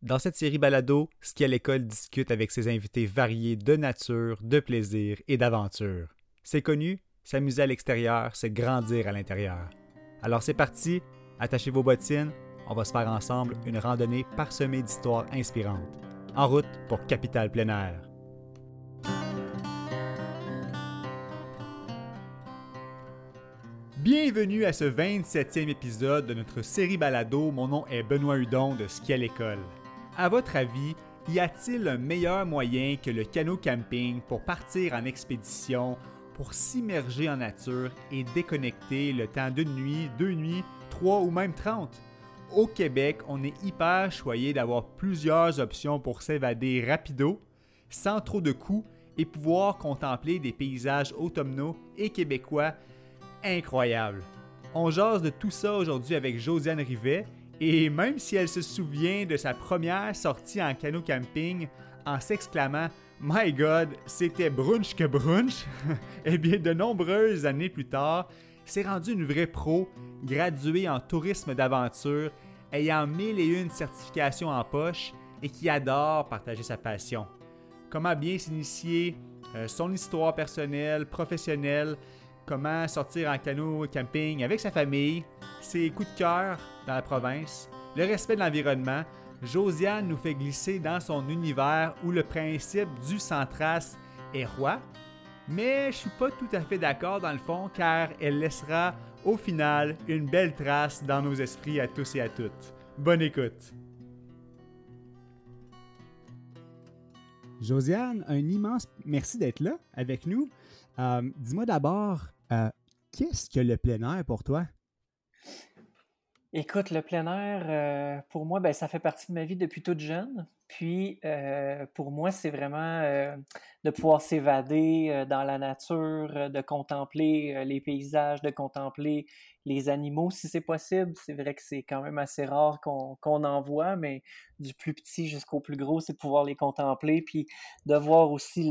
Dans cette série balado, Ski à l'école discute avec ses invités variés de nature, de plaisir et d'aventure. C'est connu, s'amuser à l'extérieur, c'est grandir à l'intérieur. Alors c'est parti, attachez vos bottines, on va se faire ensemble une randonnée parsemée d'histoires inspirantes. En route pour Capitale Plein Air. Bienvenue à ce 27e épisode de notre série balado. Mon nom est Benoît Hudon de Ski à l'école. À votre avis, y a-t-il un meilleur moyen que le canot camping pour partir en expédition, pour s'immerger en nature et déconnecter le temps d'une nuit, 2 nuits, 3 ou même 30? Au Québec, on est hyper choyé d'avoir plusieurs options pour s'évader rapido, sans trop de coûts et pouvoir contempler des paysages automnaux et québécois incroyables. On jase de tout ça aujourd'hui avec Josiane Rivet. Et même si elle se souvient de sa première sortie en canot camping en s'exclamant « My God, c'était brunch que brunch », eh bien, de nombreuses années plus tard, s'est rendue une vraie pro, graduée en tourisme d'aventure, ayant 1001 certifications en poche et qui adore partager sa passion. Comment bien s'initier, son histoire personnelle, professionnelle, comment sortir en canot camping avec sa famille, ses coups de cœur dans la province, le respect de l'environnement, Josiane nous fait glisser dans son univers où le principe du sans trace est roi. Mais je suis pas tout à fait d'accord dans le fond car elle laissera au final une belle trace dans nos esprits à tous et à toutes. Bonne écoute! Josiane, un immense merci d'être là avec nous. Dis-moi d'abord, qu'est-ce que le plein air pour toi? Écoute, le plein air, pour moi, ça fait partie de ma vie depuis toute jeune. Puis, pour moi, c'est vraiment de pouvoir s'évader dans la nature, de contempler les paysages, de contempler les animaux si c'est possible. C'est vrai que c'est quand même assez rare qu'on en voit, mais du plus petit jusqu'au plus gros, c'est de pouvoir les contempler, puis de voir aussi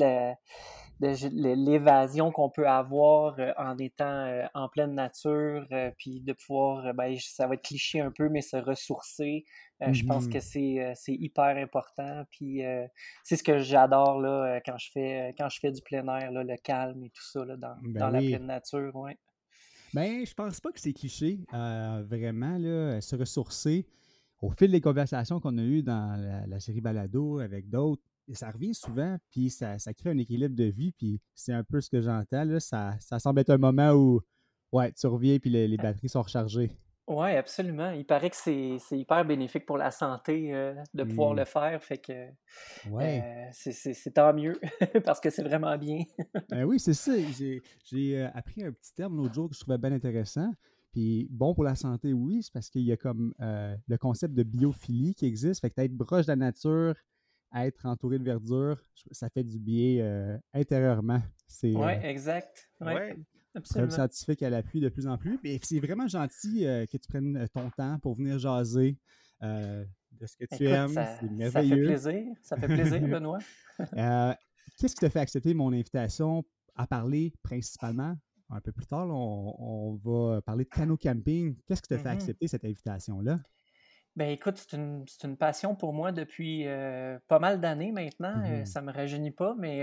l'évasion qu'on peut avoir en étant en pleine nature, puis de pouvoir, ça va être cliché un peu, mais se ressourcer. Je pense que c'est hyper important. Puis c'est ce que j'adore là, quand je fais du plein air, là, le calme et tout ça là, Ben dans la oui. pleine nature. Ouais. Ben, je pense pas que c'est cliché. Vraiment, là, se ressourcer au fil des conversations qu'on a eues dans la série Balado avec d'autres, et ça revient souvent, puis ça crée un équilibre de vie, puis c'est un peu ce que j'entends. Là, ça semble être un moment où ouais, tu reviens, puis les batteries sont rechargées. Ouais, absolument. Il paraît que c'est hyper bénéfique pour la santé de pouvoir Hmm. le faire. Fait que Ouais. c'est tant mieux parce que c'est vraiment bien. Ben oui, c'est ça. J'ai appris un petit terme l'autre jour que je trouvais bien intéressant. Puis bon pour la santé, oui, c'est parce qu'il y a comme le concept de biophilie qui existe. Fait que être proche de la nature, être entouré de verdure, ça fait du bien intérieurement. C'est Ouais, exact. Ouais, ouais, preuve absolument. scientifique à l'appui de plus en plus. Mais c'est vraiment gentil que tu prennes ton temps pour venir jaser de ce que tu Écoute, aimes. C'est ça fait merveilleux. plaisir. Ça fait plaisir, Benoît. Euh, Qu'est-ce qui t'a fait accepter mon invitation à parler principalement? Un peu plus tard, là, on va parler de canot camping. Qu'est-ce qui t'a fait Mhm. accepter cette invitation-là? Ben écoute, c'est une passion pour moi depuis pas mal d'années maintenant. Mhm. Ça me rajeunit pas, mais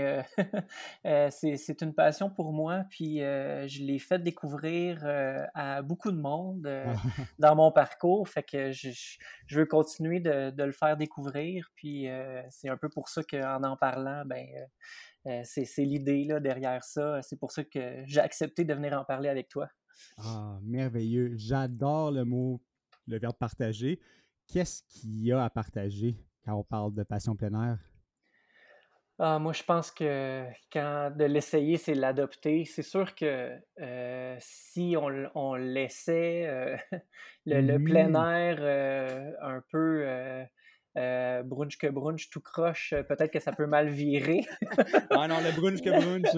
c'est une passion pour moi. Puis je l'ai fait découvrir à beaucoup de monde dans mon parcours. Fait que je veux continuer de le faire découvrir. Puis c'est un peu pour ça qu'en parlant, c'est l'idée là derrière ça. C'est pour ça que j'ai accepté de venir en parler avec toi. Ah, merveilleux. J'adore le mot, le verbe partager. Qu'est-ce qu'il y a à partager quand on parle de passion plein air? Ah, moi, je pense que quand de l'essayer, c'est l'adopter. C'est sûr que si on laissait le plein Mhm. air un peu brunch que brunch tout croche, peut-être que ça peut mal virer. Ah non, le brunch que brunch.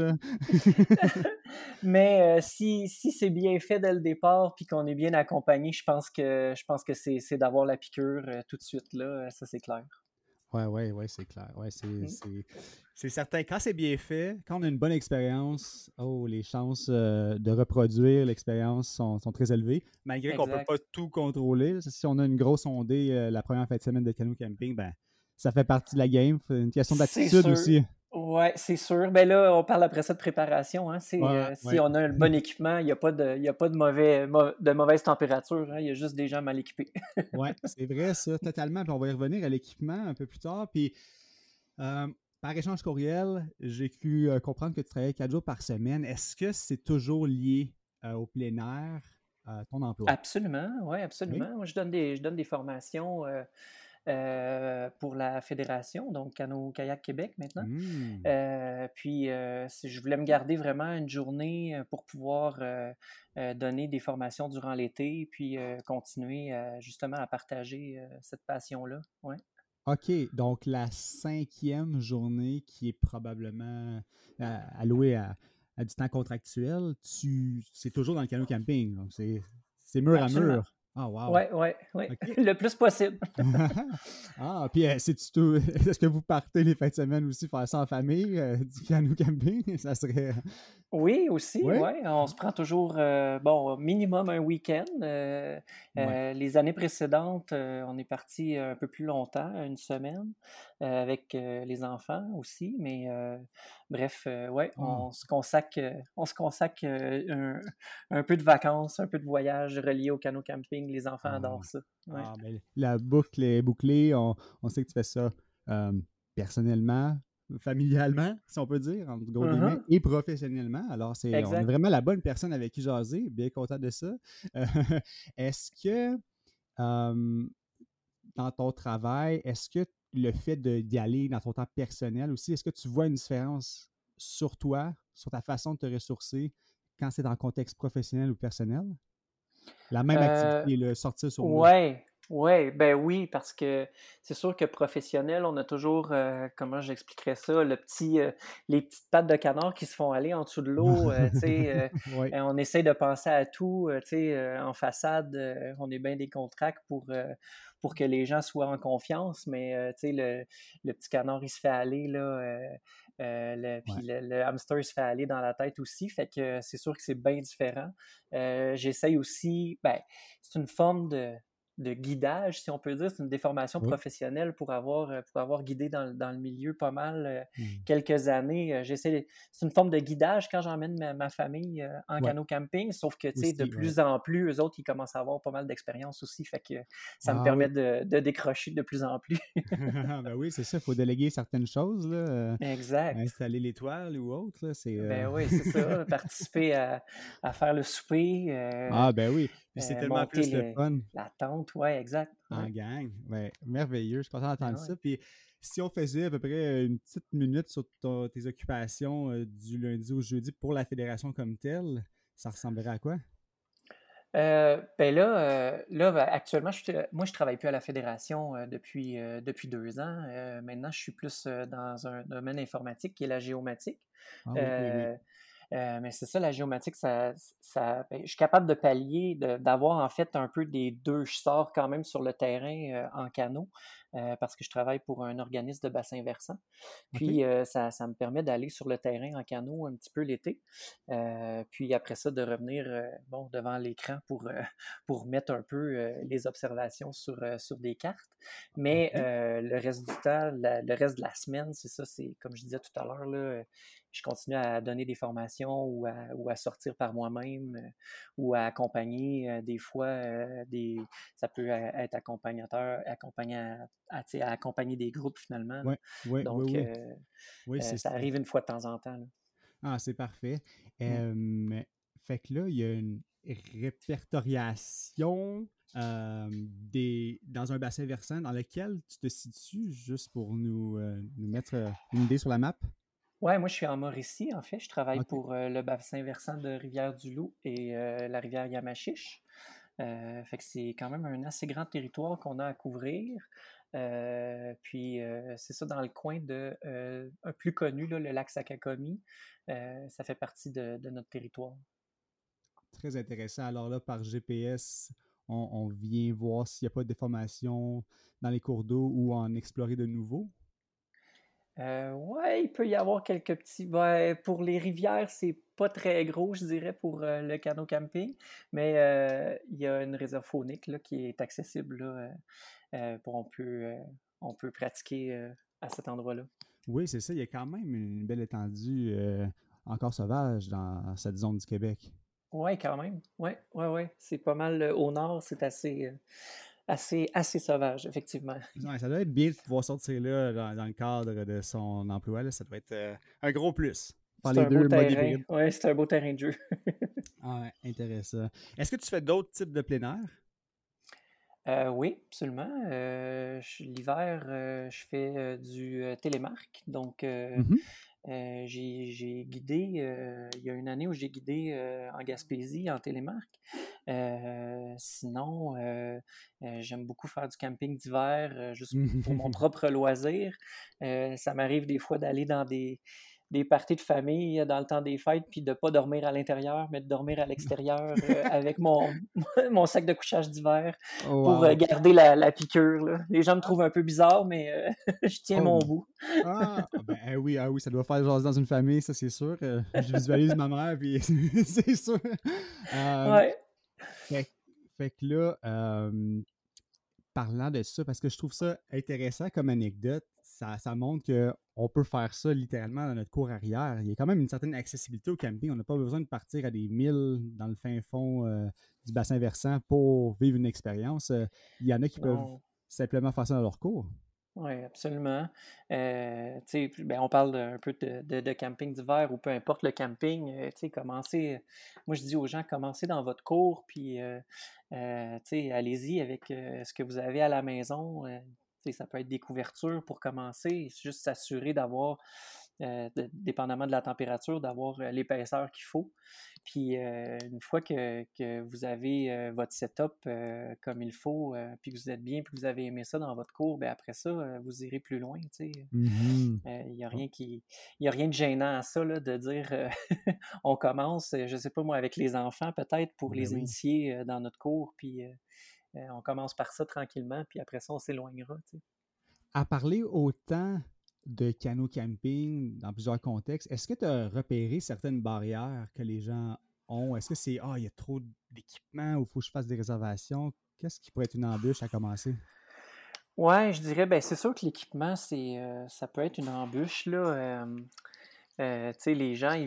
Mais si c'est bien fait dès le départ puis qu'on est bien accompagné, je pense que c'est d'avoir la piqûre tout de suite là, ça c'est clair. Ouais, c'est clair. Ouais, Mm. c'est certain. Quand c'est bien fait, quand on a une bonne expérience, oh, les chances de reproduire l'expérience sont très élevées, malgré qu'on ne peut Exact. pas tout contrôler. Si on a une grosse ondée la première fin de semaine de canot camping, ben, ça fait partie de la game. C'est une question C'est d'attitude sûr. aussi. Ouais, c'est sûr. Ben là, on parle après ça de préparation, hein. Ouais, Si ouais. on a le bon équipement, il y a pas de de mauvaise température, hein. Il y a juste des gens mal équipés. Ouais, c'est vrai ça, totalement. Puis on va y revenir à l'équipement un peu plus tard. Puis Euh, par échange courriel, j'ai cru comprendre que tu travaillais 4 jours par semaine. Est-ce que c'est toujours lié au plein air, ton emploi? Absolument, ouais, Oui. absolument. Moi, je donne des formations, pour la fédération, donc Cano-Kayak Québec maintenant. Hmm. Si je voulais me garder vraiment une journée, pour pouvoir, donner des formations durant l'été, puis, continuer justement à partager, cette passion-là. Ouais. OK, donc la 5e journée qui est probablement allouée à du temps contractuel, c'est toujours dans le canot camping. Donc c'est mur à Absolument. mur. Ah, wow. Ouais, ouais, ouais, OK. le plus possible. Ah, puis c'est-tu tout... est-ce que vous partez les fins de semaine aussi faire ça en famille, du canot camping? Ça serait... Oui, aussi, Oui? ouais, on se prend toujours, bon, minimum un week-end. Ouais. Les années précédentes, on est parti un peu plus longtemps, une semaine, avec, les enfants aussi, mais bref, ouais, Ah, on se consacre, un peu de vacances, un peu de voyage relié au canot camping. Les enfants ah, adorent ça, ouais. ah, ben, la boucle est bouclée. On sait que tu fais ça euh, personnellement, familialement, si on peut dire, entre gros guillemets, Mmh. et professionnellement. Alors, on a Exact. vraiment la bonne personne avec qui jaser. Bien content de ça. Euh, est-ce que euh, dans ton travail, est-ce que le fait d'y aller dans ton temps personnel aussi, est-ce que tu vois une différence sur toi, sur ta façon de te ressourcer quand c'est dans le contexte professionnel ou personnel? La même Heu activité, le sortir sur l'eau. Ouais, ouais, ben oui, parce que c'est sûr que professionnel, on a toujours, comment j'expliquerais ça, les petites pattes de canard qui se font aller en dessous de l'eau, tu sais, Oui. on essaie de penser à tout, tu sais, en façade, on est bien décontracté pour que les gens soient en confiance, mais tu sais, le petit canard, il se fait aller là, Ouais. puis le hamster, il se fait aller dans la tête aussi, fait que c'est sûr que c'est bien différent. J'essaye aussi, ben, c'est une forme de guidage, si on peut dire. C'est une déformation Oui. professionnelle pour avoir guidé dans le milieu pas mal Mmh. quelques années. C'est une forme de guidage quand j'emmène ma famille en Ouais, canot camping, sauf que tu sais, de aussi, ouais. plus en plus, eux autres, ils commencent à avoir pas mal d'expérience aussi. Fait que ça me Ah permet oui. de décrocher de plus en plus. Ben oui, c'est ça, il faut déléguer certaines choses, là, Exact. installer l'étoile ou autre, là, Ben oui, c'est ça. Participer à faire le souper, Ah ben oui, puis c'est tellement monter plus le fun la tente. Ouais, exact. en Ouais. gang. Ben, merveilleux, je suis content Ben d'entendre ouais. ça. Puis si on faisait à peu près une petite minute sur tes occupations du lundi au jeudi pour la fédération comme telle, ça ressemblerait à quoi? Ben là, ben, actuellement, moi, je travaille plus à la fédération, depuis 2 ans. Maintenant, je suis plus, dans un domaine informatique qui est la géomatique. Ah oui, oui, oui. Heu mais c'est ça, la géomatique, ben, je suis capable de pallier, d'avoir en fait un peu des 2. Je sors quand même sur le terrain, en canot, parce que je travaille pour un organisme de bassin versant. OK. Puis, ça me permet d'aller sur le terrain en canot un petit peu l'été. Puis après ça, de revenir, bon, devant l'écran pour mettre un peu, les observations sur des cartes. Mais, OK. le reste du temps, le reste de la semaine, c'est ça, c'est comme je disais tout à l'heure, là, je continue à donner des formations ou à sortir par moi-même, ou à accompagner, des fois, ça peut être tu sais, à accompagner des groupes finalement, là. Ouais, ouais, oui, Donc, oui. Oui, ça arrive une fois de temps en temps, là. Ah, c'est parfait. Mmh. Fait que là, il y a une répertoriation dans un bassin versant dans lequel tu te situes, juste pour nous mettre une idée sur la map. Ouais, moi, je suis en Mauricie, en fait. Je travaille OK. pour, le bassin versant de Rivière-du-Loup et la rivière Yamachiche. Fait que c'est quand même un assez grand territoire qu'on a à couvrir. Puis, c'est ça, dans le coin un plus connu, là, le lac Sakakami, ça fait partie de notre territoire. Très intéressant. Alors là, par GPS, on vient voir s'il n'y a pas de déformation dans les cours d'eau ou en explorer de nouveaux? Ouais, il peut y avoir quelques petits. Ouais, pour les rivières, c'est pas très gros, je dirais, pour le canot camping, mais il y a une réserve faunique là, qui est accessible là, pour on peut pratiquer à cet endroit-là. Oui, c'est ça. Il y a quand même une belle étendue encore sauvage dans cette zone du Québec. Ouais, quand même. Ouais, ouais, ouais. C'est pas mal au nord, c'est assez sauvage, effectivement. Ouais, ça doit être bien de pouvoir sortir là dans le cadre de son emploi. Là. Ça doit être un gros plus. Faire C'est les un beau deux modes terrain. hybrides. Ouais, c'est un beau terrain de jeu. Ah, ouais, intéressant. Est-ce que tu fais d'autres types de plein air? Oui, absolument. L'hiver, je fais du télémarque. Donc, Mhm. j'ai guidé, il y a une année où j'ai guidé en Gaspésie en télémarque. Sinon, j'aime beaucoup faire du camping d'hiver juste pour mon propre loisir. Ça m'arrive des fois d'aller dans des parties de famille dans le temps des fêtes, puis de ne pas dormir à l'intérieur, mais de dormir à l'extérieur avec mon sac de couchage d'hiver pour Wow. garder la piqûre. Là. Les gens me trouvent un peu bizarre, mais je tiens Oh, mon bout. ben oui, ah oui, ça doit faire jaser dans une famille, ça c'est sûr. Je visualise ma mère, puis c'est sûr. Euh, Ouais. fait, fait que là, parlant de ça, parce que je trouve ça intéressant comme anecdote, ça montre qu'on peut faire ça littéralement dans notre cour arrière. Il y a quand même une certaine accessibilité au camping. On n'a pas besoin de partir à des milles dans le fin fond du bassin versant pour vivre une expérience. Il y en a qui peuvent Non. simplement faire ça dans leur cour. Oui, absolument. Ben, on parle un peu de camping d'hiver ou peu importe le camping. Commencez. Moi, je dis aux gens, commencez dans votre cour, puis allez-y avec ce que vous avez à la maison. Ça peut être des couvertures pour commencer, juste s'assurer d'avoir, dépendamment de la température, d'avoir l'épaisseur qu'il faut. Puis une fois que vous avez votre setup comme il faut, puis que vous êtes bien, puis que vous avez aimé ça dans votre cours, bien après ça, vous irez plus loin. Mhm. Il n'y a rien il y a rien de gênant à ça, là, de dire on commence, je ne sais pas moi, avec les enfants peut-être pour Ben les oui. initier dans notre cours, puis on commence par ça tranquillement, puis après ça, on s'éloignera. À parler autant de canot camping dans plusieurs contextes, est-ce que tu as repéré certaines barrières que les gens ont? Est-ce que c'est il y a trop d'équipement ou il faut que je fasse des réservations? Qu'est-ce qui pourrait être une embûche à commencer? Ouais, je dirais, ben c'est sûr que l'équipement, ça peut être une embûche, là. Les gens,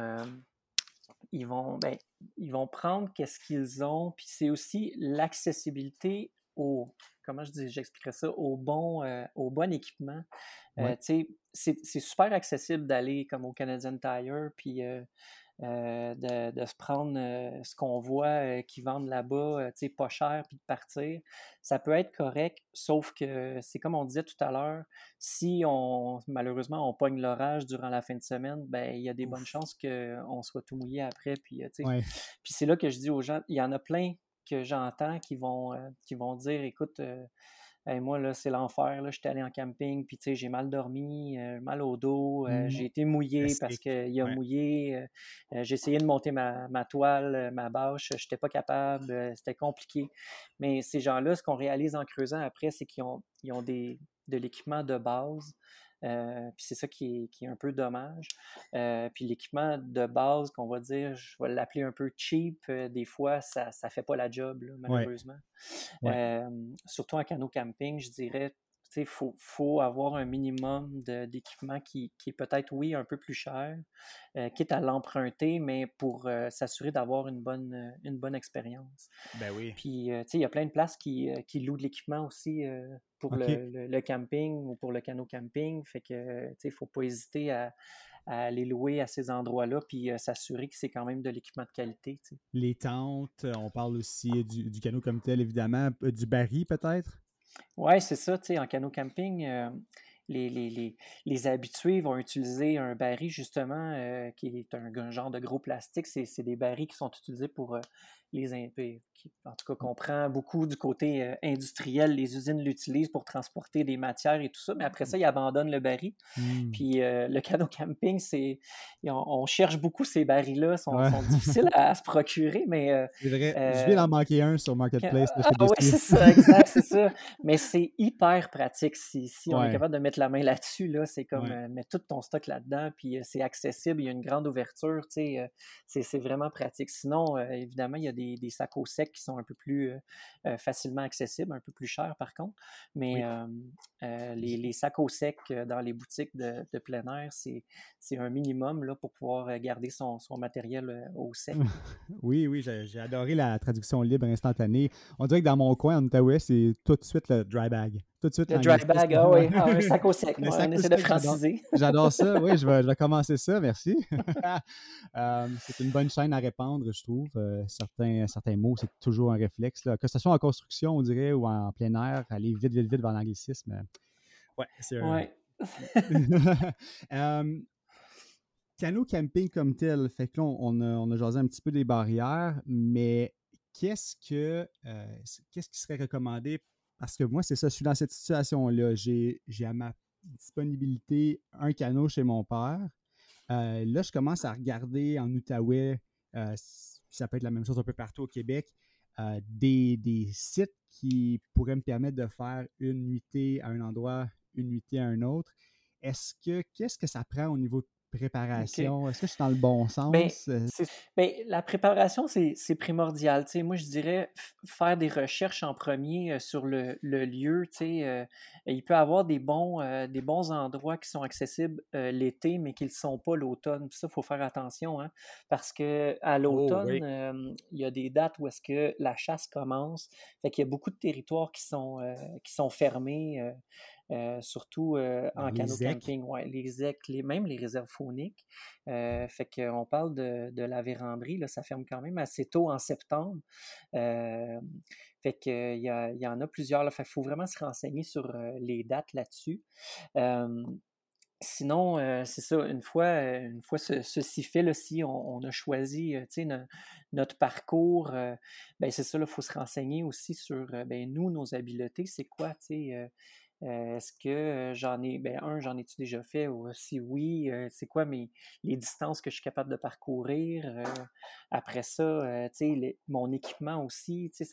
ben, ils vont prendre qu'est-ce qu'ils ont, puis c'est aussi l'accessibilité comment j'expliquerais ça, au bon équipement. Ouais. C'est super accessible d'aller comme au Canadian Tire, puis de se prendre ce qu'on voit qu'ils vendent là-bas, pas cher, puis de partir. Ça peut être correct, sauf que c'est comme on disait tout à l'heure, si malheureusement on pogne l'orage durant la fin de semaine, ben il y a des bonnes Ouf. chances qu'on soit tout mouillé après. Ouais. Puis c'est là que je dis aux gens, il y en a plein que j'entends qui vont dire, écoute, hey, moi, là, c'est l'enfer. Là, j'étais allé en camping, puis tu sais, j'ai mal dormi, mal au dos, j'ai été mouillé parce Classique. qu'il a Ouais. mouillé. J'ai essayé de monter ma toile, ma bâche, je n'étais pas capable, c'était compliqué. Mais ces gens-là, ce qu'on réalise en creusant après, c'est ils ont de l'équipement de base. Puis c'est ça qui est un peu dommage. Puis l'équipement de base, qu'on va dire, je vais l'appeler un peu cheap, des fois, ça ne fait pas la job, là, Ouais. malheureusement. Ouais. Surtout en canot camping, je dirais, il faut avoir un minimum d'équipement qui est peut-être, oui, un peu plus cher, quitte à l'emprunter, mais pour s'assurer d'avoir une bonne expérience. Ben oui. Puis, il y a plein de places qui louent de l'équipement aussi pour OK. le camping ou pour le canot camping. Fait que, il ne faut pas hésiter à aller louer à ces endroits-là, puis s'assurer que c'est quand même de l'équipement de qualité. Les tentes, on parle aussi du canot comme tel, évidemment. Du baril, peut-être? Ouais, c'est ça, tu sais, en canot camping, les, les, les, les habitués vont utiliser un baril, justement, qui est un genre de gros plastique. C'est des barils qui sont utilisés pour qui, en tout cas, qu'on prend beaucoup du côté industriel. Les usines l'utilisent pour transporter des matières et tout ça, mais après ça, ils abandonnent le baril. Hmm. Puis le canot camping, on cherche beaucoup ces barils-là, Ouais. sont difficiles à se procurer, mais C'est vrai. Je viens euh, d'en manquer un sur Marketplace, là, ah j'étais oui, déçu. c'est ça, exact, c'est ça. Mais c'est hyper pratique si on est Ouais, capable de mettre la main là-dessus, là, c'est comme ouais. mettre tout ton stock là-dedans, puis c'est accessible, il y a une grande ouverture, tu sais, c'est vraiment pratique. Sinon, évidemment, il y a des sacs au sec qui sont un peu plus facilement accessibles, un peu plus chers par contre, mais Oui. les sacs au sec dans les boutiques de plein air, c'est un minimum là, pour pouvoir garder son matériel au sec. Oui, oui, j'ai adoré la traduction libre instantanée. On dirait que dans mon coin, en Outaouais, c'est tout de suite le dry bag. Tout de suite Le dry l'anglicisme. bag, ah Ouais. oui, un sac au sec, Le ouais, sac on au essaie de sec, j'adore. franciser. J'adore ça. Oui, je vais commencer ça, merci. C'est une bonne chaîne à répandre, je trouve. Certains mots, c'est toujours un réflexe, là. Que ce soit en construction, on dirait, ou en plein air, aller vite, vite, vite vers l'anglicisme. Ouais, c'est un. Ouais. Euh, Canot camping comme tel, fait que là, on a jasé un petit peu des barrières, mais qu'est-ce qui serait recommandé? Parce que moi, c'est ça, je suis dans cette situation-là. J'ai à ma disponibilité un canot chez mon père. Là, je commence à regarder en Outaouais, ça peut être la même chose un peu partout au Québec, des sites qui pourraient me permettre de faire une nuitée à un endroit, une nuitée à un autre. Qu'est-ce que ça prend au niveau de OK. préparation? Est-ce que je suis dans le bon Ben, sens? la préparation, c'est primordial. Tu sais, moi, je dirais faire des recherches en premier sur le lieu. Tu sais, il peut y avoir des bons endroits qui sont accessibles l'été, mais qui ne le sont pas l'automne. Puis ça, il faut faire attention, hein, parce que à Oh l'automne, oui. il y a des dates où est-ce que la chasse commence. Fait qu'il y a beaucoup de territoires qui sont fermés. Surtout en Les canot ZEC. camping, ouais, les ZEC, même les réserves fauniques. Fait qu'on parle de la véranderie, là, ça ferme quand même assez tôt en septembre. Euh, Fait qu'il y en a plusieurs. Là, fait qu'il faut vraiment se renseigner sur les dates là-dessus. Euh, Sinon, c'est ça, une fois ceci fait, là, si on a choisi notre parcours, ben c'est ça, il faut se renseigner aussi sur ben, nous, nos habiletés, c'est quoi, tu sais, est-ce que j'en ai-tu déjà fait? Ou si oui, c'est quoi les distances que je suis capable de parcourir? Après ça, tu sais, mon équipement aussi, tu sais,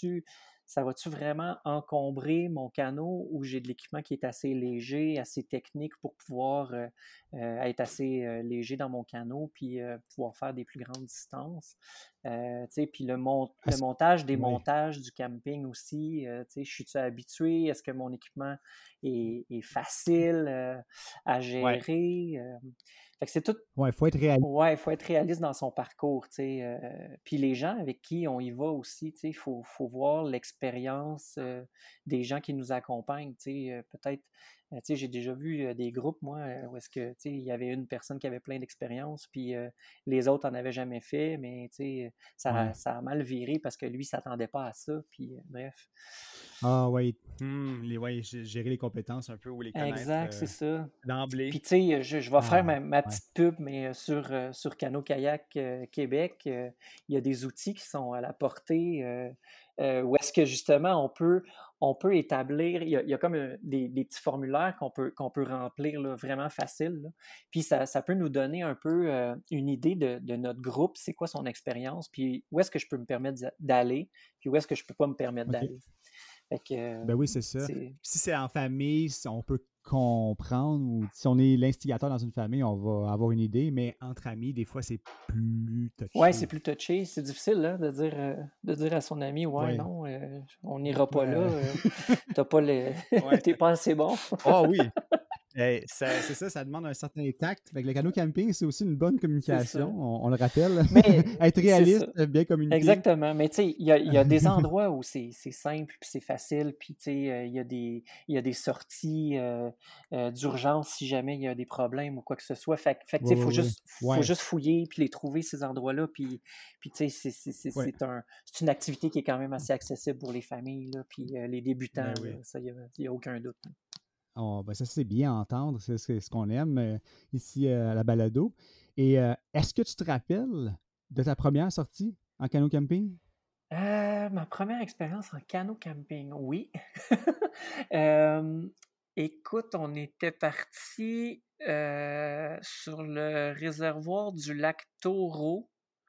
ça va-tu vraiment encombrer mon canot ou j'ai de l'équipement qui est assez léger, assez technique pour pouvoir être assez léger dans mon canot puis pouvoir faire des plus grandes distances? Tu sais, puis le montage, Oui. démontage du camping aussi, tu sais, je suis-tu habitué? Est-ce que mon équipement est facile à Ouais. gérer? Fait que c'est tout. Ouais, il faut être réaliste. Ouais, il faut être réaliste dans son parcours, tu sais. Puis les gens avec qui on y va aussi, tu sais, faut voir l'expérience des gens qui nous accompagnent, tu sais. Peut-être, tu sais, j'ai déjà vu des groupes, moi, où est-ce que, tu sais, il y avait une personne qui avait plein d'expérience, puis les autres en avaient jamais fait, mais, tu sais, Ouais. ça a mal viré parce que lui, il s'attendait pas à ça, puis bref. Ah oui. Ouais, gérer les compétences un peu ou les connaître Exact, c'est ça. d'emblée. Puis tu sais, je vais faire Ah, ma ouais. petite pub, mais sur Cano-Kayak Québec, il y a des outils qui sont à la portée où est-ce que justement on peut établir, il y a comme des petits formulaires qu'on peut remplir là, vraiment facile. Là. Puis ça peut nous donner un peu une idée de notre groupe, c'est quoi son expérience, puis où est-ce que je peux me permettre d'aller, puis où est-ce que je peux pas me permettre OK. d'aller. Fait que Ben oui, c'est ça. c'est Puis si c'est en famille, si on peut comprendre, ou si on est l'instigateur dans une famille, on va avoir une idée, mais entre amis, des fois, c'est plus Ouais, c'est touché. plus touché. C'est difficile là, de dire à son ami, ouais, Ouais. non, on n'ira Toi, pas là. T'as pas le, ouais. t'es pas assez bon. Ah oui. C'est ça, ça demande un certain tact. Fait que le canot camping, c'est aussi une bonne C'est communication, ça. on le rappelle. Mais Être c'est réaliste, ça. bien communiquer. Exactement. Mais tu sais, il y a des endroits où c'est simple puis c'est facile. Puis tu sais, il y a des sorties d'urgence si jamais il y a des problèmes ou quoi que ce soit. Fait que tu Ouais, sais, ouais, ouais. faut Ouais, juste fouiller puis les trouver ces endroits-là. Puis tu sais, ouais. c'est une activité qui est quand même assez accessible pour les familles là, puis les débutants Ben là, oui. ça il y a aucun doute. Ben ça, c'est bien à entendre. C'est ce qu'on aime ici à la balado. Et est-ce que tu te rappelles de ta première sortie en canot camping? Ma première expérience en canot camping, oui. Hem, Écoute, on était partis, sur le réservoir du lac Taureau.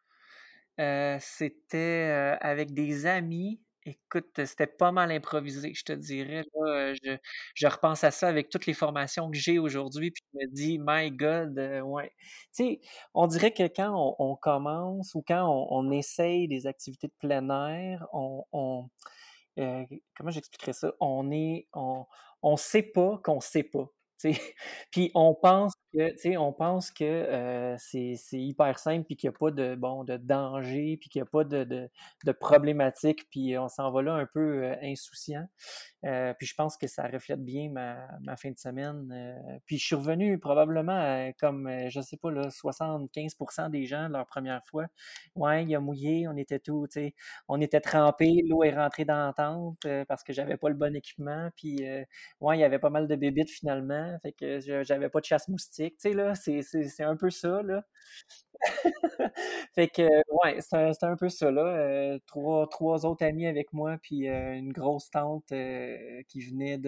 C'était, avec des amis. Écoute, c'était pas mal improvisé, je te dirais là, je repense à ça avec toutes les formations que j'ai aujourd'hui, puis je me dis: «My God», ouais. Tu sais, on dirait que quand on commence ou quand on essaye des activités de plein air, comment j'expliquerais ça? On sait pas qu'on sait pas, tu sais? Puis on pense que, tu sais, on pense que, c'est hyper simple puis qu'il y a pas de bon, de danger, puis qu'il y a pas de problématique, puis on s'en va là un peu, insouciant. Puis je pense que ça reflète bien ma fin de semaine. Puis je suis revenu probablement comme, je sais pas, là, 75% des gens leur première fois. Ouais, il a mouillé, on était tout, tu sais, on était trempés, l'eau est rentrée dans la tente parce que j'avais pas le bon équipement. Puis ouais, il y avait pas mal de bébites finalement. Fait que j'avais pas de chasse-moustique. Tu sais, là, c'est un peu ça, là. Fait que, ouais, c'était un peu ça, là. Trois autres amis avec moi, puis une grosse tante qui venait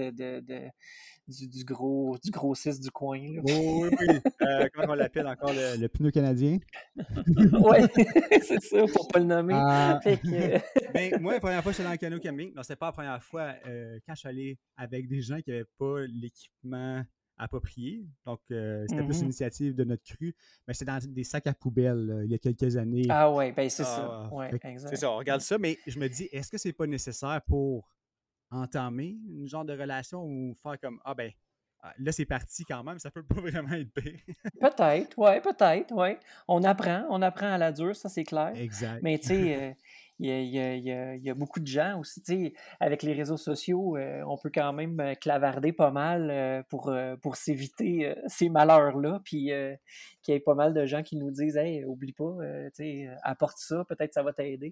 du grossiste du coin, là. Oh, oui, oui. Comment on l'appelle encore le pneu canadien? Ouais, c'est ça, pour pas le nommer. Ah, Fait que, ben, moi, la première fois que j'étais allé en canot camping, non, c'était pas la première fois. Quand je suis allé avec des gens qui n'avaient pas l'équipement approprié, donc c'était plus une mhm. initiative de notre cru, mais c'était dans des sacs à poubelle là, il y a quelques années. Ah ouais, ben c'est ça. Ah, Ouais, fait que, c'est exact. ça, on regarde Ouais. ça, mais je me dis, est-ce que c'est pas nécessaire pour entamer une genre de relation ou faire comme, ah ben, là c'est parti quand même, ça peut pas vraiment être pire. Peut-être, ouais. On apprend à la dure, ça c'est clair. Exact. Mais tu sais, il y a beaucoup de gens aussi, tu sais, avec les réseaux sociaux, on peut quand même, clavarder pas mal, pour s'éviter, ces malheurs-là. Puis, qu'il y ait pas mal de gens qui nous disent: «Hey, oublie pas, tu sais, apporte ça, peut-être ça va t'aider».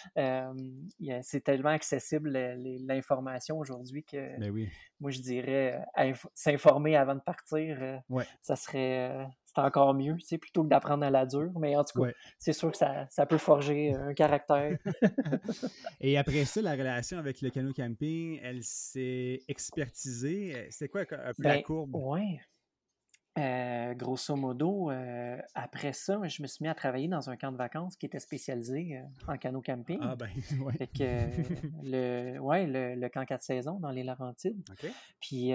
C'est tellement accessible l'information aujourd'hui que Ben oui. moi je dirais, s'informer avant de partir, Ouais, ça serait, c'est encore mieux, tu sais, plutôt que d'apprendre à la dure. Mais en tout cas, ouais. c'est sûr que ça peut forger un caractère. Et après ça, la relation avec le canot camping, elle s'est expertisée. C'est quoi un peu la Ben, courbe? ouais. Grosso modo, après ça, je me suis mis à travailler dans un camp de vacances qui était spécialisé, en canot camping. Ah ben, ouais. Fait que, le camp 4 saisons dans les Laurentides. OK. Puis,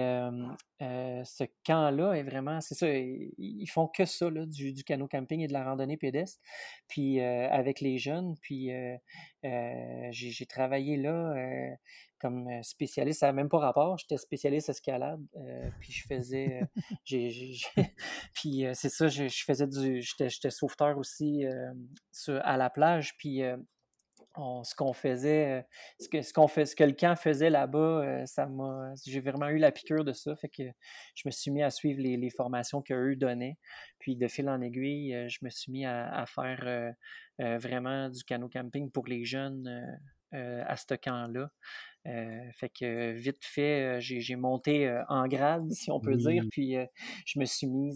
ce camp-là est vraiment c'est ça, ils font que ça là, du canot camping et de la randonnée pédestre, puis, avec les jeunes. Puis, j'ai travaillé là, comme, spécialiste, ça a même pas rapport, j'étais spécialiste escalade, puis je faisais, j'ai puis, c'est ça, je faisais j'étais sauveteur aussi, à la plage. Puis, ce qu'on faisait, ce que le camp faisait là-bas, j'ai vraiment eu la piqûre de ça. Fait que je me suis mis à suivre les formations qu'eux donnaient. Puis de fil en aiguille, je me suis mis à faire vraiment du canot camping pour les jeunes à ce camp-là. Fait que vite fait, j'ai monté en grade, si on peut dire. Oui. Puis je me suis mise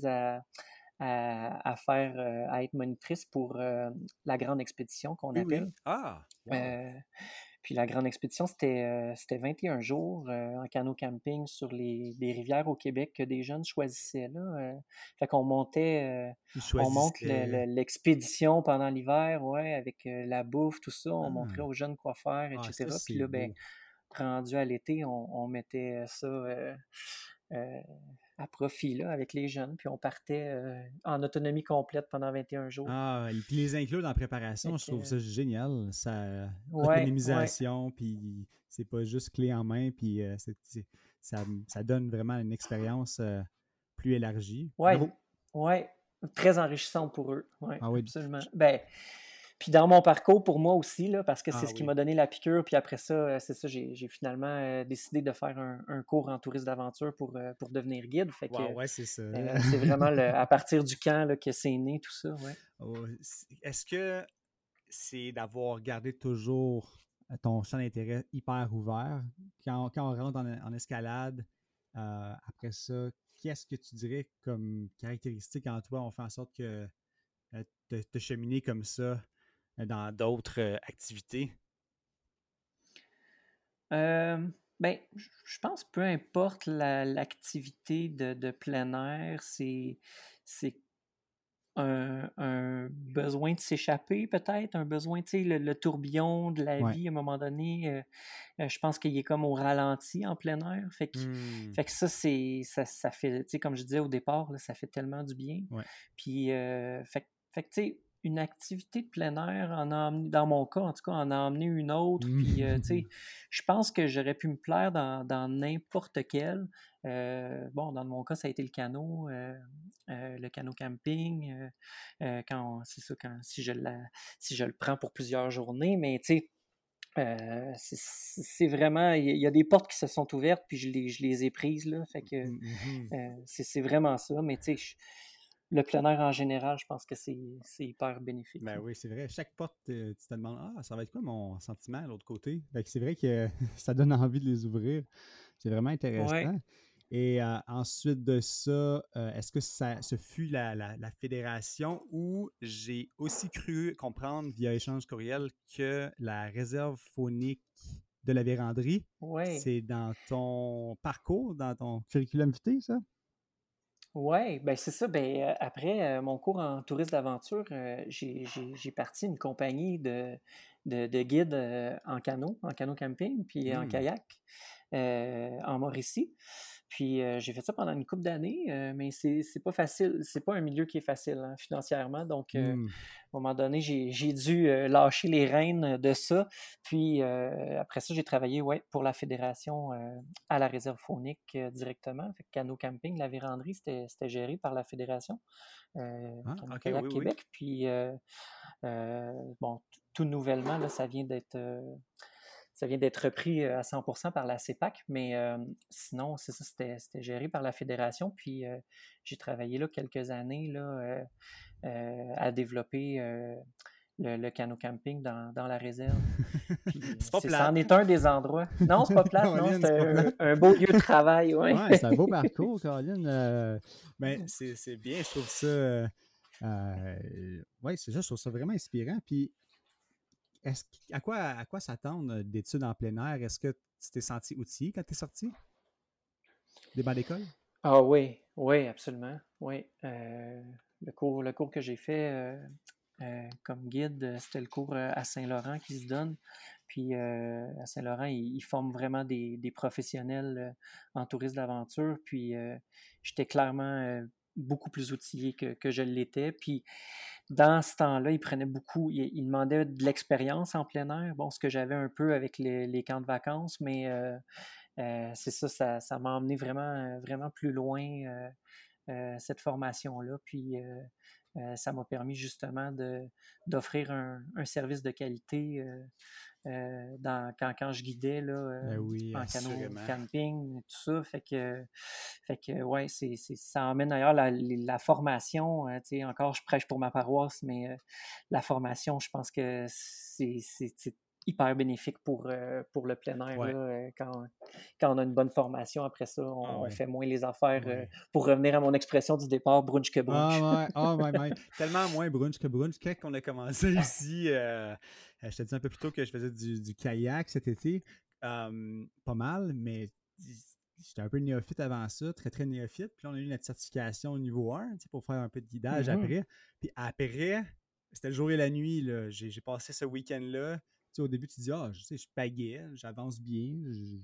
à faire, à être monitrice pour la grande expédition qu'on Oui, appelle. oui. Ah! Wow! Heu, Puis la grande expédition, c'était 21 jours, en canot camping sur les rivières au Québec que des jeunes choisissaient là, fait qu'on montait, Ils on monte choisissaient. l'expédition pendant l'hiver, ouais, avec, la bouffe, tout ça. On montrait Ah! aux jeunes quoi faire et Ah, ça, cetera. Puis c'est là, ben, beau. rendu à l'été, on mettait ça, heu, à profit là, avec les jeunes. Puis on partait, en autonomie complète pendant 21 jours. Ah, et puis les inclure dans la Fait préparation, je trouve que ça génial. Ça ouais, ouais. autonomisation, puis c'est pas juste clé en main, puis ça donne vraiment une expérience plus élargie. Ouais, Bravo! ouais, très enrichissant pour eux. Ouais, Ah oui. absolument. Ben, puis dans mon parcours, pour moi aussi, là, parce que c'est Ah ce qui oui. m'a donné la piqûre. Puis après ça, c'est ça, j'ai finalement décidé de faire un cours en tourisme d'aventure pour devenir guide. Fait Wow, que ouais, c'est ça. c'est vraiment à partir du camp là, que c'est né tout ça. Ouais. Oh, est-ce que c'est d'avoir gardé toujours ton champ d'intérêt hyper ouvert? Quand on rentre en escalade, après ça, qu'est-ce que tu dirais comme caractéristique en toi ont fait en sorte que te cheminer comme ça dans d'autres activités? Ben, je pense peu importe l'activité de plein air, c'est un besoin de s'échapper peut-être, un besoin, tu sais, le tourbillon de la Ouais. vie à un moment donné, je pense qu'il est comme au ralenti en plein air. Mmh. Fait que ça, ça fait, tu sais, comme je disais au départ, là, ça fait tellement du bien. Ouais. Puis, fait que, tu sais, une activité de plein air dans mon cas, en tout cas, en a emmené une autre. Puis, tu Mmh. sais, je pense que j'aurais pu me plaire dans n'importe quel. Bon, dans mon cas, ça a été le canot camping, c'est ça, si je le prends pour plusieurs journées, mais tu sais, c'est vraiment, il y a des portes qui se sont ouvertes, puis je les ai prises, là, fait que Mmh. c'est vraiment ça, mais tu sais, le plein air en général, je pense que c'est hyper bénéfique, Ben là. oui, c'est vrai. Chaque porte, tu te demandes, ah, ça va être quoi mon sentiment à l'autre côté? Fait que c'est vrai que ça donne envie de les ouvrir. C'est vraiment Ouais, intéressant. Et ensuite de ça, est-ce que ce fut la fédération ou j'ai aussi cru comprendre via échange courriel que la réserve faunique de la Vérandrie, ouais. c'est dans ton parcours, dans ton curriculum vitae, ça? Ouais, ben c'est ça. Ben, après, mon cours en tourisme d'aventure, j'ai parti une compagnie de guides, en canot camping, puis en Hmm. kayak, en Mauricie. Puis, j'ai fait ça pendant une couple d'années, mais c'est pas facile. C'est pas un milieu qui est facile, hein, financièrement. Donc, Hmm. à un moment donné, j'ai dû, lâcher les rênes de ça. Puis, après ça, j'ai travaillé, ouais, pour la fédération, à la réserve faunique, directement. Fait que Canot Camping, la véranderie, c'était géré par la fédération, Ah, Canot ok, oui, Kayak oui. Québec. Puis, bon, tout nouvellement, là, ça vient d'être repris, à 100% par la CEPAC, mais sinon, c'est ça, c'était géré par la fédération. Puis, j'ai travaillé là quelques années là, à développer, le canot camping dans la réserve. Puis, C'est pas ça plate. en est un des endroits. Non, c'est pas plate, non, Caroline, c'est c'est pas plate. un beau lieu de travail, ouais. Ouais, c'est un beau parcours, Caroline. Ben, c'est bien, je trouve ça. Ouais, c'est ça, je trouve ça vraiment inspirant. Puis, à quoi s'attendre d'études en plein air? Est-ce que tu t'es senti outillé quand tu es sorti des bancs d'école? Ah oui, oui, absolument, oui. Le cours que j'ai fait, comme guide, c'était le cours, à Saint-Laurent qui se donne. Puis, à Saint-Laurent, ils forment vraiment des professionnels, en tourisme d'aventure. Puis, j'étais clairement, beaucoup plus outillé que je l'étais. Puis, dans ce temps-là, ils prenaient beaucoup, ils demandaient de l'expérience en plein air. Bon, ce que j'avais un peu avec les camps de vacances, mais c'est ça, ça m'a emmené vraiment, vraiment plus loin, cette formation-là. Puis, ça m'a permis justement d'offrir un service de qualité, quand je guidais là, Ben oui, en canot assurément. camping, tout ça. Fait que ouais, ça emmène d'ailleurs la formation. Tu sais, encore, je prêche pour ma paroisse, mais la formation, je pense que c'est hyper bénéfique pour le plein air. Là, Ouais. quand on a une bonne formation, après ça, Ah on ouais. fait moins les affaires. Ouais. Pour revenir à mon expression du départ, brunch que Ah brunch. ouais, ah ouais, ouais. Tellement moins brunch que brunch. Quand on a commencé ici, je te dis un peu plus tôt que je faisais du kayak cet été. Pas mal, mais j'étais un peu néophyte avant ça, très très néophyte. Puis là, on a eu notre certification au niveau 1 tu sais, pour faire un peu de guidage Mhm. après. Puis après, c'était le jour et la nuit. Là. J'ai passé ce week-end-là. Tu sais, au début, tu te dis, ah, je sais, je pagaie, j'avance bien,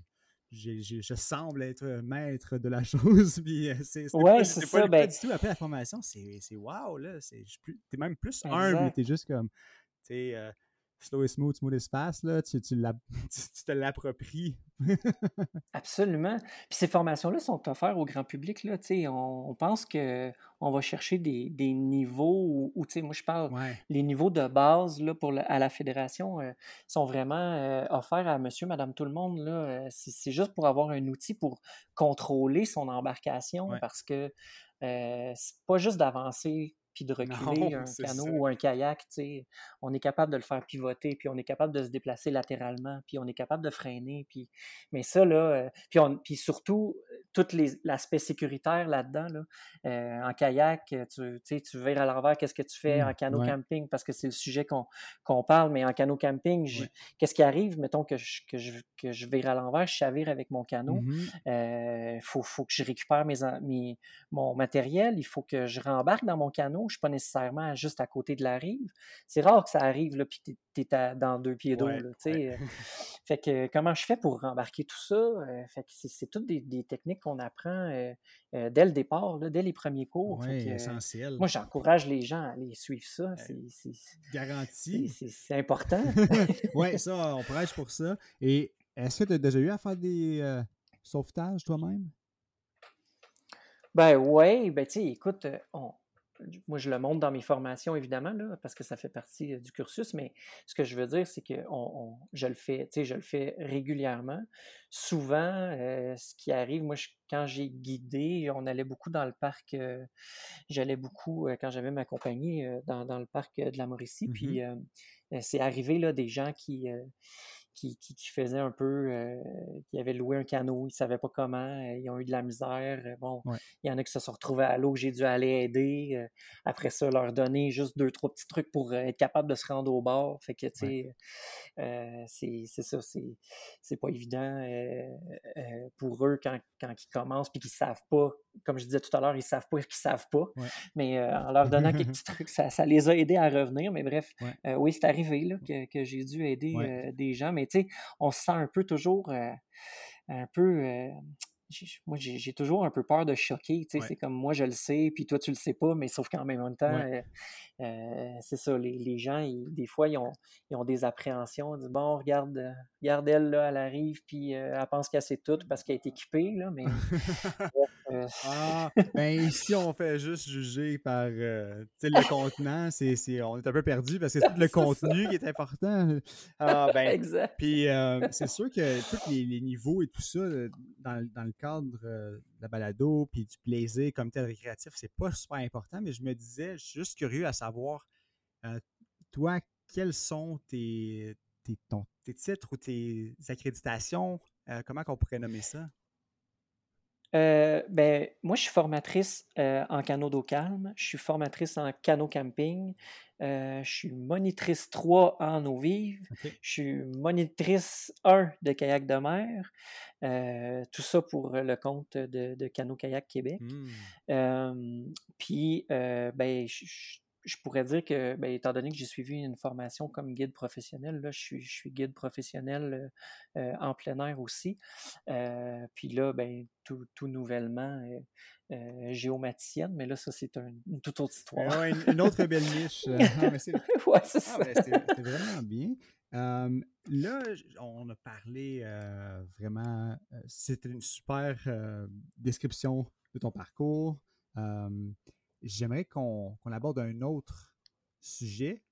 je semble être maître de la chose, puis Ouais, c'est c'est pas ça. le cas Ben, du tout. Après la formation, c'est wow, là. T'es même plus humble, t'es exact. juste comme, tu sais, slow is smooth, smooth is fast, là. Tu te l'appropries. Absolument. Puis ces formations-là sont offertes au grand public, là, tu sais, on pense qu'on va chercher des niveaux tu sais, moi je parle, Ouais, les niveaux de base là, à la fédération sont vraiment offerts à monsieur, madame, tout le monde, là. C'est juste pour avoir un outil pour contrôler son embarcation ouais. parce que c'est pas juste d'avancer puis de reculer Non, un c'est canot ça. ou un kayak, tu sais, on est capable de le faire pivoter, puis on est capable de se déplacer latéralement, puis on est capable de freiner, puis mais ça là, puis surtout l'aspect sécuritaire là-dedans là, en kayak, tu sais, tu vires à l'envers, qu'est-ce que tu fais en canot Ouais, camping parce que c'est le sujet qu'on parle, mais en canot camping, ouais. qu'est-ce qui arrive, mettons que je vire à l'envers, je chavire avec mon canot, Mhm. faut que je récupère mon matériel, il faut que je rembarque dans mon canot, je suis pas nécessairement juste à côté de la rive. C'est rare que ça arrive, là, puis t'es dans 2 pieds d'eau, Ouais, là, tu ouais. sais. Fait que comment je fais pour rembarquer tout ça? Fait que c'est toutes des techniques qu'on apprend dès le départ, là, dès les premiers cours. Fait Ouais, que essentiel. moi, j'encourage les gens à aller suivre ça. Garantie. C'est important. Ouais, ça, on prêche pour ça. Et est-ce que tu as déjà eu à faire des sauvetages toi-même? Ben ouais, ben tu sais, écoute, moi je le montre dans mes formations évidemment là, parce que ça fait partie du cursus, mais ce que je veux dire, c'est que je le fais, tu sais, je le fais régulièrement. Souvent, ce qui arrive, quand j'ai guidé, on allait beaucoup dans le parc, j'allais beaucoup quand j'avais ma compagnie dans le parc de la Mauricie, Mhm. puis c'est arrivé là des gens qui faisaient un peu, qui avaient loué un canot, ils ne savaient pas comment, ils ont eu de la misère. Bon, Ouais. il y en a qui se sont retrouvés à l'eau, j'ai dû aller aider. Après ça, leur donner juste 2, 3 petits trucs pour être capable de se rendre au bord. Fait que, tu Ouais. sais, c'est ça, c'est pas évident pour eux quand ils commencent puis qu'ils savent pas, comme je disais tout à l'heure, ils savent pas qu'ils savent pas. Ouais. Mais en leur donnant quelques petits trucs, ça les a aidés à revenir. Mais bref, Ouais. oui, c'est arrivé là, que j'ai dû aider Ouais. des gens. Mais tu sais, on se sent un peu toujours un peu. Moi, j'ai toujours un peu peur de choquer. Tu sais, Ouais. c'est comme moi, je le sais, puis toi, tu le sais pas, mais sauf qu'en même temps, Ouais. c'est ça, les gens, des fois, ils ont des appréhensions. Ils disent, bon, regarde elle, là, elle arrive, puis elle pense qu'elle sait tout parce qu'elle est équipée, là, mais euh, Ah, ben ici, on fait juste juger par tu sais, le contenant. On est un peu perdu parce que c'est tout le c'est ça, contenu qui est important. Ah, ben, exact. puis c'est sûr que tous les niveaux et tout ça, dans le cadre de la balado, puis du plaisir comme tel récréatif, c'est pas super important, mais je me disais, je suis juste curieux à savoir, euh, toi, quels sont tes titres ou tes accréditations? Comment qu'on pourrait nommer ça? Ben, moi, je suis formatrice en canot d'eau calme, je suis formatrice en canot camping, je suis monitrice 3 en eau vive, OK. je suis monitrice 1 de kayak de mer, tout ça pour le compte de Canot Kayak Québec. Hmm. Puis, ben, je pourrais dire que, ben, étant donné que j'ai suivi une formation comme guide professionnel, là, je suis guide professionnel en plein air aussi. Puis là, ben, tout nouvellement, géomaticienne, mais là, ça, c'est une toute autre histoire. Ouais, une autre belle niche. Ah, mais Ouais, c'est ah, ça. ben, c'est vraiment bien. Là, on a parlé vraiment. C'était une super description de ton parcours. Euh, J'aimerais qu'on aborde un autre sujet.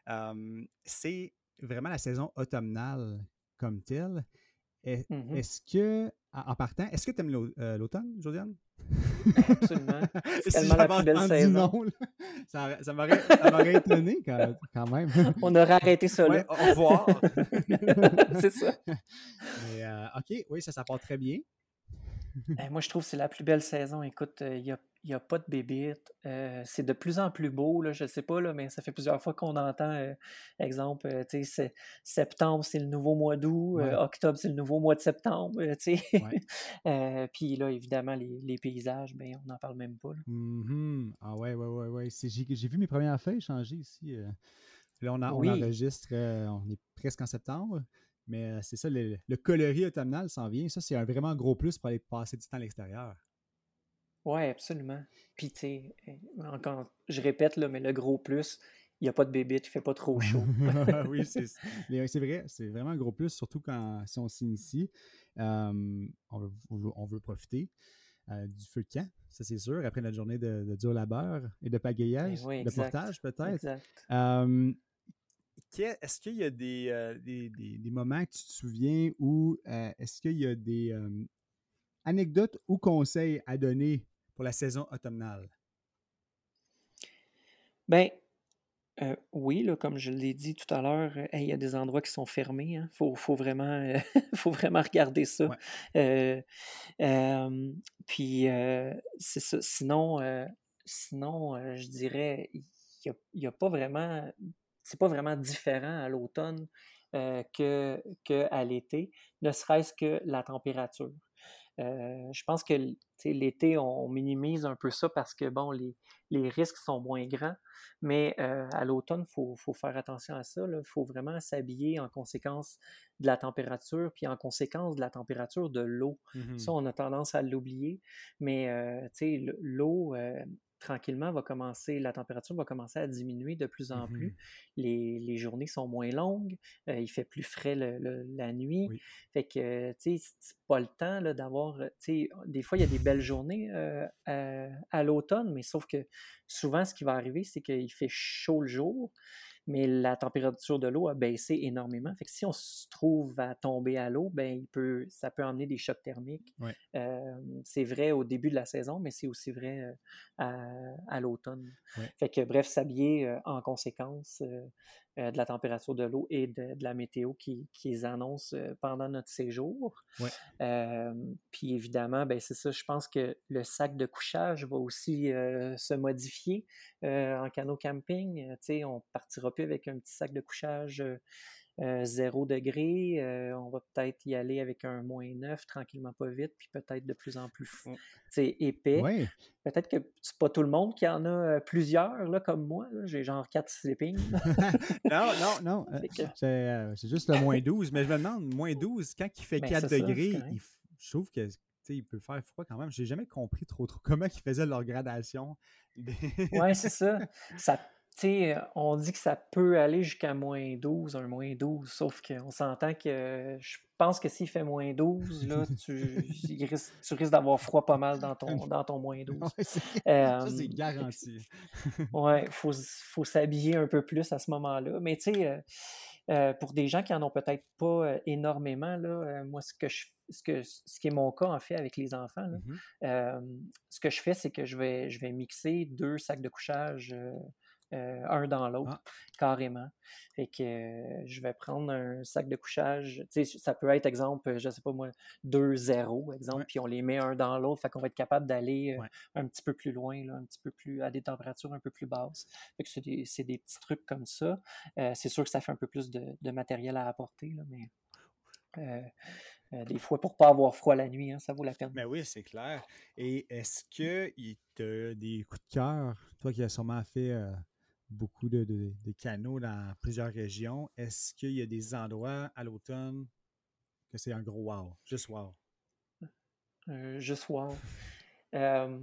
C'est vraiment la saison automnale comme telle. Mhm. Est-ce que, en partant, est-ce que tu aimes l'automne, Josiane? Ben, absolument. C'est Si tellement la j'avais plus belle entendu non, saison. là, ça m'aurait étonné quand même. On aurait arrêté ça Ouais, là. au revoir. C'est ça. Mais OK, oui, ça part très bien. Moi, je trouve que c'est la plus belle saison. Écoute, il y a pas de bébites. C'est de plus en plus beau, là, je sais pas, là, mais ça fait plusieurs fois qu'on entend, exemple, tu sais, septembre, c'est le nouveau mois d'août, Ouais, octobre, c'est le nouveau mois de septembre, tu sais. ouais. Puis là, évidemment, les paysages, ben, on n'en parle même pas, là. Mhm. Ah ouais, ouais, ouais, ouais. J'ai vu mes premières feuilles changer ici. Là, on Oui, enregistre, on est presque en septembre. Mais c'est ça, le coloris automnal s'en vient. Ça, c'est un vraiment gros plus pour aller passer du temps à l'extérieur. ouais, absolument. Puis, tu sais, encore, je répète, là, mais le gros plus, il n'y a pas de bébites, il fait pas trop chaud. Oui, c'est vrai, c'est vraiment un gros plus, surtout si on s'initie. On veut profiter du feu de camp, ça c'est sûr, après notre journée de dur labeur et de Eh pagayage, oui, de portage exact, peut-être. exact. Euh, Est-ce qu'il y a des moments que tu te souviens où est-ce qu'il y a des anecdotes ou conseils à donner pour la saison automnale? Ben, oui, là, comme je l'ai dit tout à l'heure, hey, il y a des endroits qui sont fermés, hein. Faut vraiment, faut vraiment regarder ça. Ouais. Heu, c'est ça. Sinon, je dirais, il y a pas vraiment c'est pas vraiment différent à l'automne, qu'à l'été, ne serait-ce que la température. Je pense que tu sais, l'été, on minimise un peu ça parce que, bon, les risques sont moins grands, mais à l'automne, il faut faire attention à ça. Il faut vraiment s'habiller en conséquence de la température, puis en conséquence de la température de l'eau. Ça, Mhm. on a tendance à l'oublier, mais tu sais, l'eau, tranquillement, la température va commencer à diminuer de plus en plus. Mhm. Les journées sont moins longues, il fait plus frais la nuit. Oui. Fait que, tu sais, c'est pas le temps là, d'avoir, tu sais, des fois, il y a des belles journées à l'automne, mais sauf que souvent, ce qui va arriver, c'est qu'il fait chaud le jour, mais la température de l'eau a baissé énormément. Fait que si on se trouve à tomber à l'eau, ben, ça peut emmener des chocs thermiques. Ouais. C'est vrai au début de la saison, mais c'est aussi vrai à l'automne. Ouais. Fait que, bref, s'habiller en conséquence de la température de l'eau et de la météo qu'ils annoncent pendant notre séjour. Ouais. Puis évidemment, ben, c'est ça, je pense que le sac de couchage va aussi se modifier en canot camping. Tu sais, on partira plus avec un petit sac de couchage 0 degré. On va peut-être y aller avec un -9 tranquillement pas vite, puis peut-être de plus en plus tu sais, épais. Ouais. Peut-être que c'est pas tout le monde qui en a plusieurs, là, comme moi. Là. J'ai genre 4 sleeping. Non, non, non. Fait que, C'est juste le -12. Mais je me demande, -12, quand il fait ben, 4 c'est ça, c'est degrés, correct. je trouve que il peut faire froid quand même. J'ai jamais compris trop comment ils faisaient leur gradation. Ouais, c'est ça. Ça tu sais, on dit que ça peut aller jusqu'à -12, un -12, sauf qu'on s'entend que je pense que s'il fait -12, là, tu risques d'avoir froid pas mal dans ton -12. Ouais, ça, c'est Fait que garanti. ouais, faut s'habiller un peu plus à ce moment-là. Mais tu sais, pour des gens qui en ont peut-être pas énormément, là, moi, ce qui est mon cas, en fait, avec les enfants, là, Mhm. ce que je fais, c'est que je vais mixer 2 sacs de couchage, un dans l'autre, Ah, carrément. Fait que je vais prendre un sac de couchage, tu sais, ça peut être, exemple, je sais pas moi, 2 zéros, exemple, ouais, puis on les met un dans l'autre, fait qu'on va être capable d'aller ouais. un petit peu plus loin, là, un petit peu plus à des températures un peu plus basses. Fait que c'est des petits trucs comme ça. C'est sûr que ça fait un peu plus de matériel à apporter, là, mais euh, des fois, pour pas avoir froid la nuit, hein, ça vaut la peine. Mais oui, c'est clair. Et est-ce que tu as des coups de cœur, toi qui as sûrement fait beaucoup de canots dans plusieurs régions, est-ce qu'il y a des endroits à l'automne que c'est un gros wow, juste wow? Juste wow. Euh,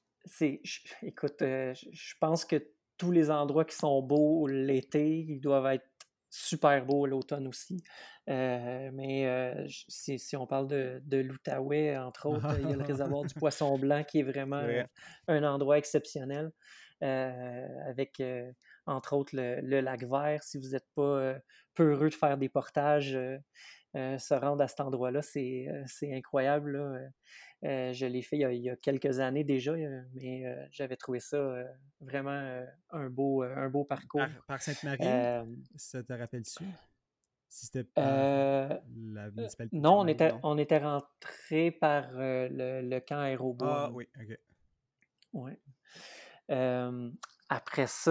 écoute, je pense que tous les endroits qui sont beaux l'été, ils doivent être super beaux l'automne aussi. Mais si on parle de l'Outaouais, entre autres, il y a le réservoir du Poisson Blanc qui est vraiment C'est vrai. un endroit exceptionnel, avec, entre autres, le lac Vert. Si vous n'êtes pas peureux de faire des portages, se rendre à cet endroit-là, c'est incroyable, là. Je l'ai fait il y a quelques années déjà, mais j'avais trouvé ça vraiment un beau parcours. Par Sainte-Marie, Euh, ça te rappelle-tu? Si c'était par euh, la municipalité de non, on Sainte-Marie, était, non? on était rentré par le camp Aérobois, Ah nous. oui, ok. Ouais. Euh, Après ça,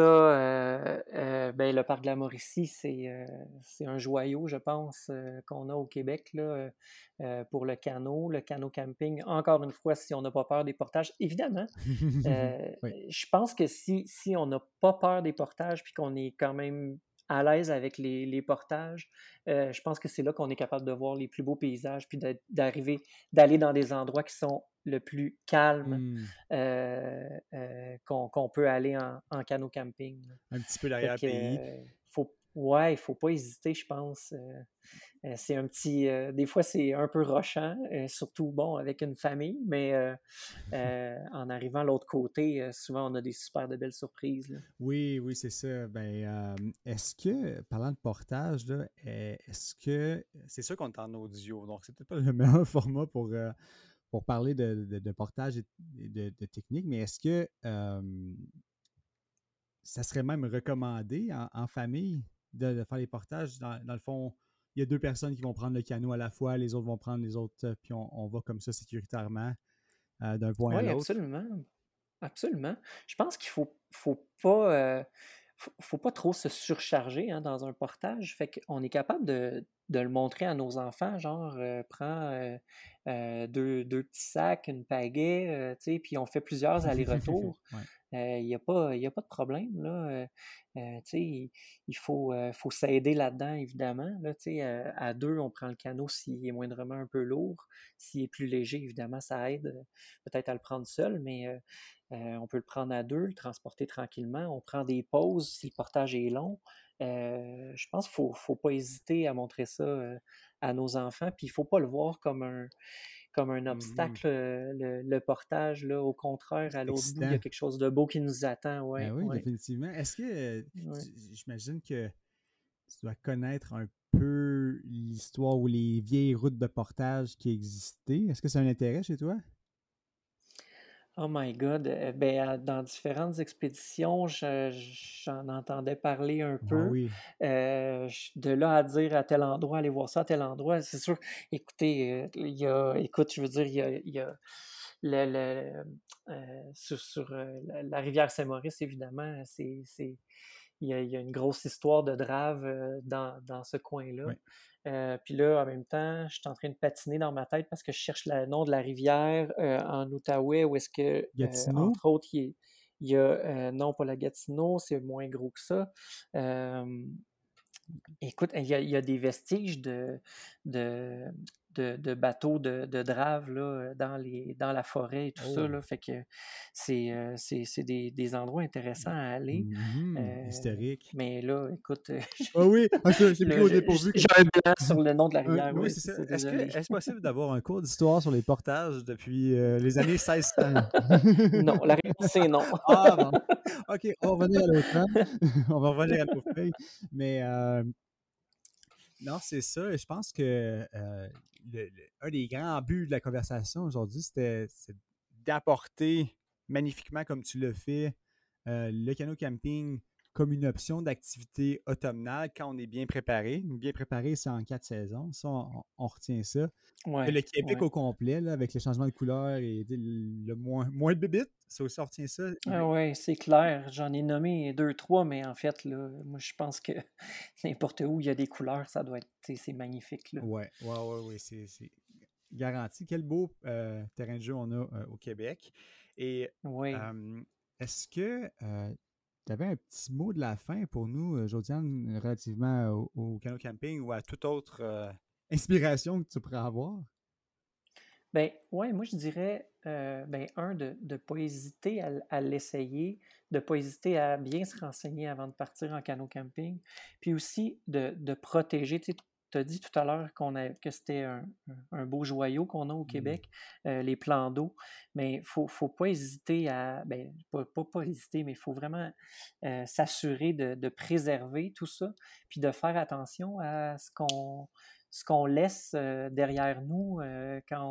ben, le parc de la Mauricie, c'est un joyau, je pense, qu'on a au Québec là, pour le canot camping. Encore une fois, si on n'a pas peur des portages, évidemment, Oui. je pense que si on n'a pas peur des portages puis qu'on est quand même à l'aise avec les portages, je pense que c'est là qu'on est capable de voir les plus beaux paysages puis d'aller dans des endroits qui sont le plus calmes Hmm. qu'on peut aller en canot camping. Là. Un petit peu Fait que, l'arrière-pays. ouais, il faut pas hésiter, je pense. C'est un petit. Des fois, c'est un peu rochant, surtout bon avec une famille, mais en arrivant à l'autre côté, souvent on a des super de belles surprises. Là. Oui, oui, c'est ça. Ben, est-ce que, parlant de portage, là, est-ce que, c'est sûr qu'on est en audio, donc c'est peut-être pas le meilleur format pour parler de portage et de technique, mais est-ce que ça serait même recommandé en famille de faire les portages. Dans le fond, il y a deux personnes qui vont prendre le canot à la fois, les autres vont prendre les autres, puis on va comme ça sécuritairement d'un point à Oui, l'autre. absolument. Absolument. Je pense qu'il faut pas trop se surcharger hein, dans un portage. Fait qu'on est capable de le montrer à nos enfants, genre, prends deux petits sacs, une pagaie, tu sais, puis on fait plusieurs allers-retours. Ouais. Il y a pas de problème, là. Tu sais, faut s'aider là-dedans, évidemment. Là, tu sais, à deux, on prend le canot s'il est moindrement un peu lourd. S'il est plus léger, évidemment, ça aide peut-être à le prendre seul, mais on peut le prendre à deux, le transporter tranquillement. On prend des pauses si le portage est long. Je pense qu'il ne faut pas hésiter à montrer ça à nos enfants. Puis il ne faut pas le voir comme un Mhm. obstacle, le portage. Là. Au contraire, à C'est l'autre bout, il y a excitant. quelque chose de beau qui nous attend. Ben Ouais, oui, ouais, définitivement. Est-ce que ouais. j'imagine que tu dois connaître un peu l'histoire ou les vieilles routes de portage qui existaient. Est-ce que c'est un intérêt chez toi? Oh my God! Ben, dans différentes expéditions, j'en entendais parler un Ah peu. oui. De là à dire à tel endroit, aller voir ça à tel endroit, c'est sûr. Écoutez, écoute, je veux dire, il y a le, sur la rivière Saint-Maurice, évidemment, il y a une grosse histoire de drave dans ce coin-là. Oui. Puis là, en même temps, je suis en train de patiner dans ma tête parce que je cherche le nom de la rivière en Outaouais, où est-ce que, Gatineau? entre autres, il y a non pas la Gatineau, c'est moins gros que ça. Euh, Écoute, il y a des vestiges de, de bateaux de drave là, dans la forêt et tout ça. Oh. Là, fait que c'est des endroits intéressants à aller. Mhm. Euh, Historique. mais là, écoute, Ah oui, ah, je t'ai pris là, au dépourvu j'ai comme un ça. blanc sur le nom de la rivière. Oui, Oui, c'est c'est ça. ça, désolé. Est-ce possible d'avoir un cours d'histoire sur les portages depuis les années 1600? Non, la réponse c'est non. Ah bon. OK, on va revenir à l'automne. On va revenir à nos feuilles. Mais non, c'est ça. Et je pense que un des grands buts de la conversation aujourd'hui, c'est d'apporter magnifiquement comme tu le fais le canot camping comme une option d'activité automnale quand on est bien préparé. Bien préparé, c'est en 4 saisons. Ça, on retient ça. Que Ouais, le Québec ouais. au complet, là, avec les changements de couleur et le moins de bébites, ça aussi, on retient ça. Ah ouais, c'est clair. J'en ai nommé deux, trois, mais en fait, là, moi, je pense que n'importe où il y a des couleurs, ça doit être, tu sais, c'est magnifique, là. Ouais, c'est garanti. Quel beau terrain de jeu on a au Québec. Et Oui. euh, est-ce que tu avais un petit mot de la fin pour nous, Josiane, relativement au canot camping ou à toute autre inspiration que tu pourrais avoir? Ben, ouais, moi, je dirais, ben, de ne pas hésiter à l'essayer, de ne pas hésiter à bien se renseigner avant de partir en canot camping, puis aussi de protéger, tu sais, tu as dit tout à l'heure que c'était un beau joyau qu'on a au Hmm. Québec, les plans d'eau, mais faut pas hésiter à, ben, pas hésiter, mais il faut vraiment s'assurer de préserver tout ça, puis de faire attention à ce qu'on laisse derrière nous quand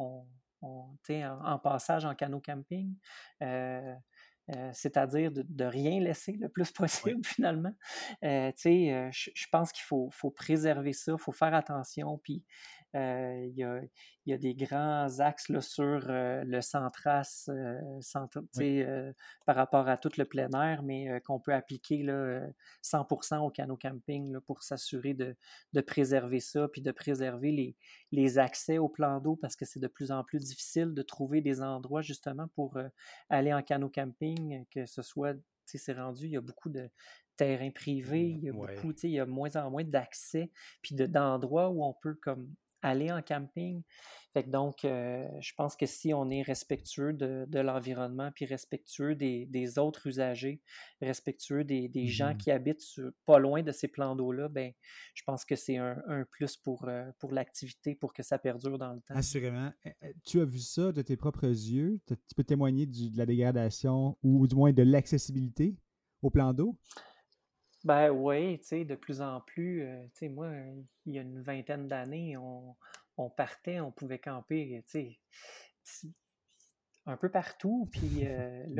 tu sais, en passage en canot camping. Euh, c'est-à-dire de rien laisser le plus Oui. possible finalement. Tu sais, je pense qu'il faut préserver ça, il faut faire attention. Puis il y a des grands axes là, sur le Centras, tu Oui. sais, par rapport à tout le plein air, mais qu'on peut appliquer là, 100% au canot camping là, pour s'assurer de préserver ça, puis de préserver les accès au plan d'eau parce que c'est de plus en plus difficile de trouver des endroits justement pour aller en canot camping, que ce soit, tu sais, c'est rendu, il y a beaucoup de terrains privés, il y a Ouais. beaucoup, tu sais, il y a moins en moins d'accès, puis d'endroits où on peut comme aller en camping. Fait que donc, je pense que si on est respectueux de l'environnement, puis respectueux des autres usagers, respectueux des gens Mhm. qui habitent pas loin de ces plans d'eau-là, ben, je pense que c'est un plus pour l'activité, pour que ça perdure dans le temps. Assurément. Tu as vu ça de tes propres yeux? Tu peux témoigner de la dégradation ou du moins de l'accessibilité au plan d'eau? Ben oui, tu sais, de plus en plus, tu sais, moi, il y a une vingtaine d'années, on partait, on pouvait camper, tu sais, un peu partout, puis là, Mm.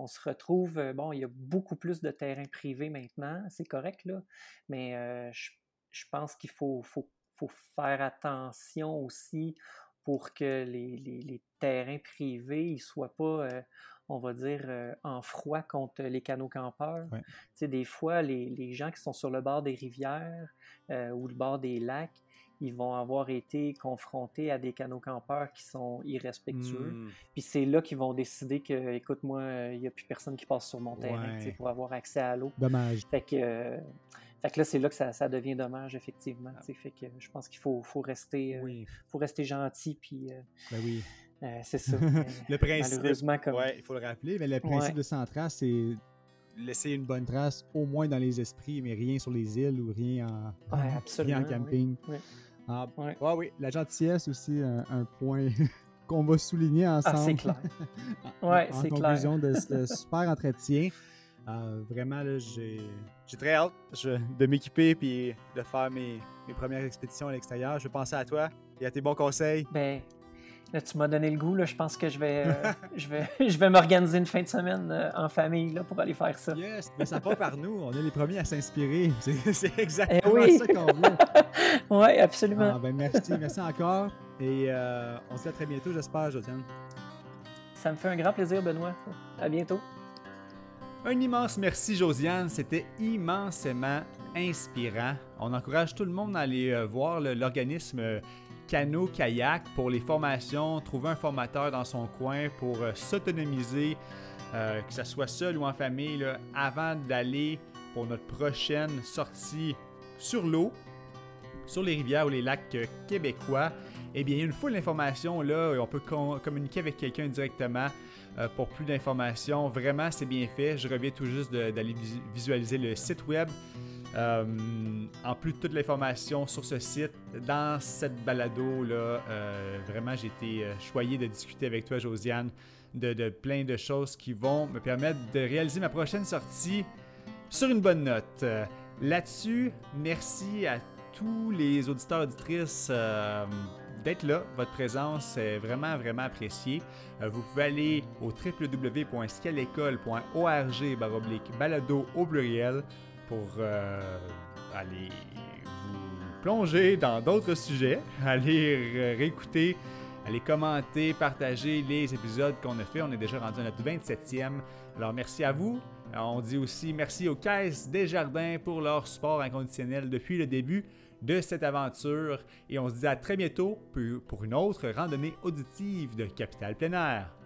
on se retrouve, bon, il y a beaucoup plus de terrains privés maintenant, c'est correct, là, mais je pense qu'il faut faire attention aussi pour que les terrains privés ne soient pas, on va dire, en froid contre les canaux campeurs. Ouais. Tu sais, des fois, les gens qui sont sur le bord des rivières ou le bord des lacs, ils vont avoir été confrontés à des canaux campeurs qui sont irrespectueux. Puis c'est là qu'ils vont décider que, écoute, moi, il n'y a plus personne qui passe sur mon terrain, tu sais, pour avoir accès à l'eau. Dommage. Fait que là, c'est là que ça devient dommage, effectivement. Tu sais, fait que je pense qu'il faut rester gentil, puis Ben oui. c'est ça. Le principe, malheureusement, comme... il faut le rappeler, mais le principe de Sans Trace, c'est laisser une bonne trace au moins dans les esprits, mais rien sur les îles ou rien en camping. Oui. Oui, la gentillesse aussi, un point qu'on va souligner ensemble. C'est clair. En conclusion de ce super entretien. Vraiment, là, j'ai très hâte de m'équiper et de faire mes premières expéditions à l'extérieur. Je vais penser à toi et à tes bons conseils. Ben, là, tu m'as donné le goût. Là, je pense que je vais m'organiser une fin de semaine en famille là, pour aller faire ça. Yes, mais ça part par nous. On est les premiers à s'inspirer. C'est exactement ça qu'on veut. Oui, absolument. Merci encore. Et on se dit à très bientôt, j'espère, Josiane. Ça me fait un grand plaisir, Benoît. À bientôt. Un immense merci, Josiane. C'était immensément inspirant. On encourage tout le monde à aller voir l'organisme Cano-Kayak pour les formations, trouver un formateur dans son coin pour s'autonomiser, que ce soit seul ou en famille, là, avant d'aller pour notre prochaine sortie sur l'eau, sur les rivières ou les lacs québécois. Eh bien, il y a une foule d'informations là, on peut communiquer avec quelqu'un directement pour plus d'informations. Vraiment, c'est bien fait. Je reviens tout juste d'aller visualiser le site web. En plus de toute l'information sur ce site, dans cette balado-là, vraiment, j'ai été choyé de discuter avec toi, Josiane, de plein de choses qui vont me permettre de réaliser ma prochaine sortie sur une bonne note. Là-dessus, merci à tous les auditeurs et auditrices d'être là. Votre présence est vraiment, vraiment appréciée. Vous pouvez aller au www.skialecole.org/balado au pluriel pour aller vous plonger dans d'autres sujets, aller réécouter, aller commenter, partager les épisodes qu'on a fait. On est déjà rendu à notre 27e. Alors, merci à vous. On dit aussi merci aux Caisses Desjardins pour leur support inconditionnel depuis le début de cette aventure. Et on se dit à très bientôt pour une autre randonnée auditive de Capital Plein Air.